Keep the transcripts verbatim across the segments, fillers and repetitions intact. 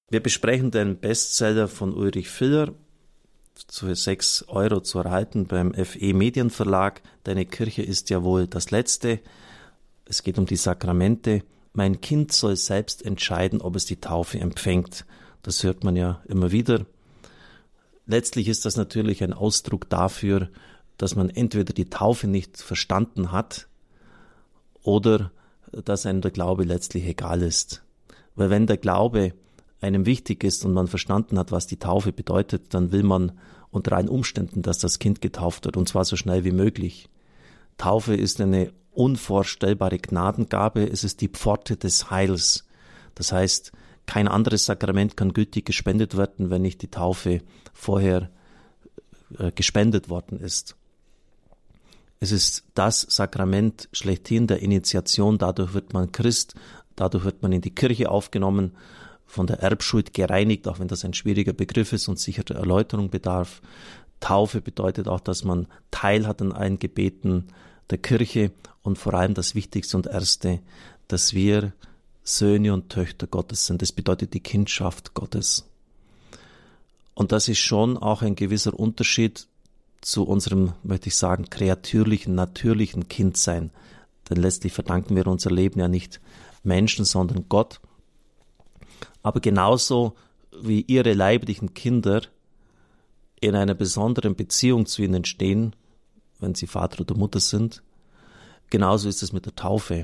Wir besprechen den Bestseller von Ulrich Filler, für sechs Euro zu erhalten beim F E Medienverlag. Deine Kirche ist ja wohl das Letzte. Es geht um die Sakramente. Mein Kind soll selbst entscheiden, ob es die Taufe empfängt. Das hört man ja immer wieder. Letztlich ist das natürlich ein Ausdruck dafür, dass man entweder die Taufe nicht verstanden hat oder dass einem der Glaube letztlich egal ist. Weil wenn der Glaube einem wichtig ist und man verstanden hat, was die Taufe bedeutet, dann will man unter allen Umständen, dass das Kind getauft wird, und zwar so schnell wie möglich. Taufe ist eine unvorstellbare Gnadengabe, es ist die Pforte des Heils. Das heißt, kein anderes Sakrament kann gültig gespendet werden, wenn nicht die Taufe vorher äh, gespendet worden ist. Es ist das Sakrament schlechthin der Initiation, dadurch wird man Christ, dadurch wird man in die Kirche aufgenommen, von der Erbschuld gereinigt, auch wenn das ein schwieriger Begriff ist und sicher der Erläuterung bedarf. Taufe bedeutet auch, dass man Teil hat an allen Gebeten der Kirche und vor allem das Wichtigste und Erste, dass wir Söhne und Töchter Gottes sind. Das bedeutet die Kindschaft Gottes. Und das ist schon auch ein gewisser Unterschied zu unserem, möchte ich sagen, kreatürlichen, natürlichen Kindsein. Denn letztlich verdanken wir unser Leben ja nicht Menschen, sondern Gott. Aber genauso wie ihre leiblichen Kinder in einer besonderen Beziehung zu ihnen stehen, wenn sie Vater oder Mutter sind, genauso ist es mit der Taufe.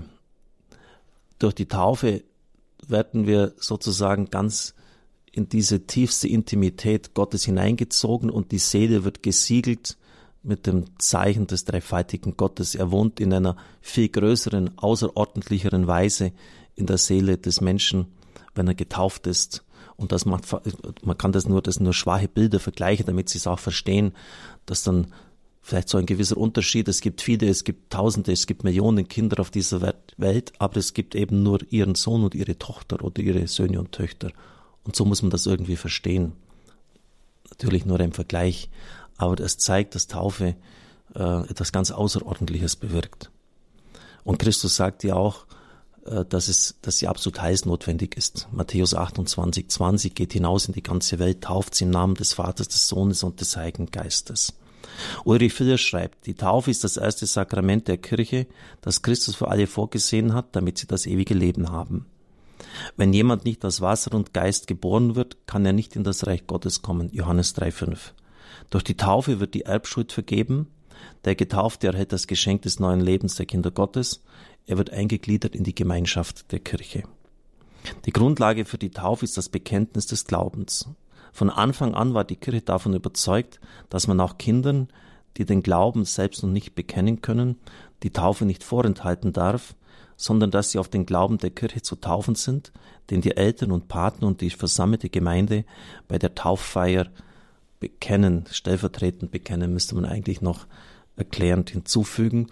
Durch die Taufe werden wir sozusagen ganz in diese tiefste Intimität Gottes hineingezogen und die Seele wird gesiegelt mit dem Zeichen des dreifaltigen Gottes. Er wohnt in einer viel größeren, außerordentlicheren Weise in der Seele des Menschen, wenn er getauft ist. Und das macht, man kann das nur, das sind nur schwache Bilder vergleichen, damit Sie es auch verstehen, dass dann vielleicht so ein gewisser Unterschied, es gibt viele, es gibt Tausende, es gibt Millionen Kinder auf dieser Welt, aber es gibt eben nur ihren Sohn und ihre Tochter oder ihre Söhne und Töchter. Und so muss man das irgendwie verstehen. Natürlich nur im Vergleich, aber das zeigt, dass Taufe äh, etwas ganz Außerordentliches bewirkt. Und Christus sagt ja auch, dass es, dass sie absolut heilsnotwendig ist. Matthäus achtundzwanzig, zwanzig geht hinaus in die ganze Welt, tauft sie im Namen des Vaters, des Sohnes und des Heiligen Geistes. Ulrich Filler schreibt, die Taufe ist das erste Sakrament der Kirche, das Christus für alle vorgesehen hat, damit sie das ewige Leben haben. Wenn jemand nicht aus Wasser und Geist geboren wird, kann er nicht in das Reich Gottes kommen. Johannes drei, fünf. Durch die Taufe wird die Erbschuld vergeben. Der Getaufte erhält das Geschenk des neuen Lebens der Kinder Gottes. Er wird eingegliedert in die Gemeinschaft der Kirche. Die Grundlage für die Taufe ist das Bekenntnis des Glaubens. Von Anfang an war die Kirche davon überzeugt, dass man auch Kindern, die den Glauben selbst noch nicht bekennen können, die Taufe nicht vorenthalten darf, sondern dass sie auf den Glauben der Kirche zu taufen sind, den die Eltern und Paten und die versammelte Gemeinde bei der Tauffeier bekennen, stellvertretend bekennen, müsste man eigentlich noch erklärend hinzufügen.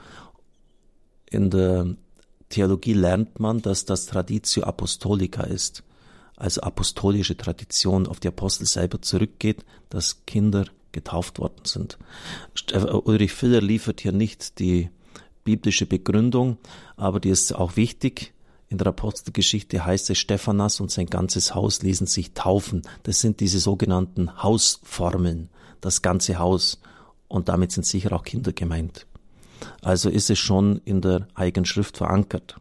In der Theologie lernt man, dass das Traditio Apostolica ist, also apostolische Tradition auf die Apostel selber zurückgeht, dass Kinder getauft worden sind. Ulrich Filler liefert hier nicht die biblische Begründung, aber die ist auch wichtig. In der Apostelgeschichte heißt es, Stephanas und sein ganzes Haus ließen sich taufen. Das sind diese sogenannten Hausformeln, das ganze Haus. Und damit sind sicher auch Kinder gemeint. Also ist es schon in der Heiligen Schrift verankert.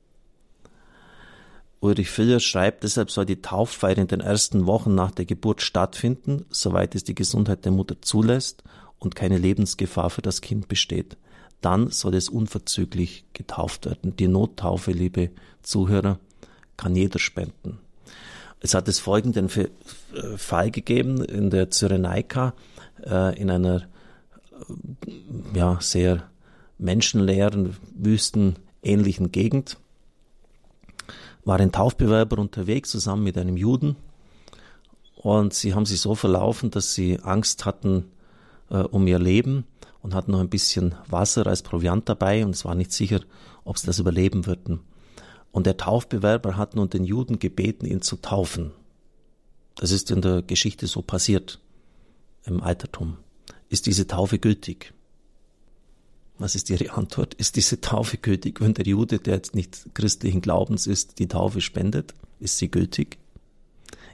Ulrich Filler schreibt, deshalb soll die Tauffeier in den ersten Wochen nach der Geburt stattfinden, soweit es die Gesundheit der Mutter zulässt und keine Lebensgefahr für das Kind besteht. Dann soll es unverzüglich getauft werden. Die Nottaufe, liebe Zuhörer, kann jeder spenden. Es hat es folgenden Fall gegeben in der Cyrenaika, in einer ja, sehr menschenleeren, wüstenähnlichen Gegend. War ein Taufbewerber unterwegs zusammen mit einem Juden und sie haben sich so verlaufen, dass sie Angst hatten äh, um ihr Leben und hatten noch ein bisschen Wasser als Proviant dabei und es war nicht sicher, ob sie das überleben würden. Und der Taufbewerber hat nun den Juden gebeten, ihn zu taufen. Das ist in der Geschichte so passiert, im Altertum. Ist diese Taufe gültig? Was ist Ihre Antwort? Ist diese Taufe gültig, wenn der Jude, der jetzt nicht christlichen Glaubens ist, die Taufe spendet? Ist sie gültig?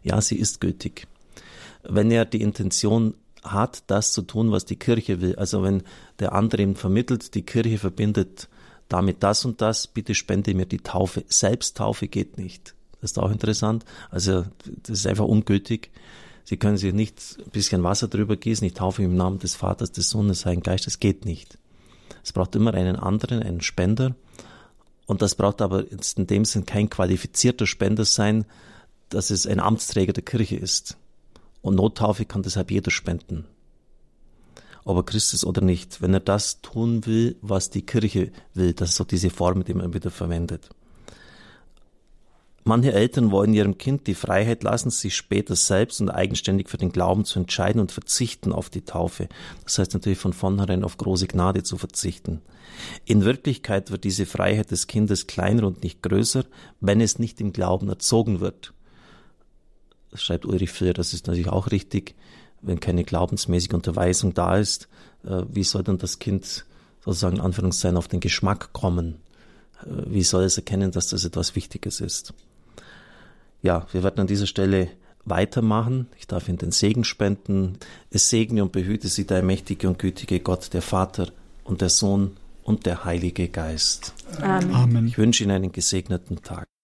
Ja, sie ist gültig. Wenn er die Intention hat, das zu tun, was die Kirche will, also wenn der andere ihm vermittelt, die Kirche verbindet damit das und das, bitte spende mir die Taufe. Selbsttaufe geht nicht. Das ist auch interessant. Also das ist einfach ungültig. Sie können sich nicht ein bisschen Wasser drüber gießen, ich taufe im Namen des Vaters, des Sohnes, des Heiligen Geistes. Das geht nicht. Es braucht immer einen anderen, einen Spender. Und das braucht aber jetzt in dem Sinn kein qualifizierter Spender sein, dass es ein Amtsträger der Kirche ist. Und Nottaufe kann deshalb jeder spenden. Ob er Christ ist oder nicht. Wenn er das tun will, was die Kirche will, das ist so diese Form, die man wieder verwendet. Manche Eltern wollen ihrem Kind die Freiheit lassen, sich später selbst und eigenständig für den Glauben zu entscheiden und verzichten auf die Taufe. Das heißt natürlich von vornherein auf große Gnade zu verzichten. In Wirklichkeit wird diese Freiheit des Kindes kleiner und nicht größer, wenn es nicht im Glauben erzogen wird. Das schreibt Ulrich Filler, das ist natürlich auch richtig. Wenn keine glaubensmäßige Unterweisung da ist, wie soll dann das Kind sozusagen in Anführungszeichen auf den Geschmack kommen? Wie soll es erkennen, dass das etwas Wichtiges ist? Ja, wir werden an dieser Stelle weitermachen. Ich darf Ihnen den Segen spenden. Es segne und behüte Sie der mächtige und gütige Gott, der Vater und der Sohn und der Heilige Geist. Amen. Ich wünsche Ihnen einen gesegneten Tag.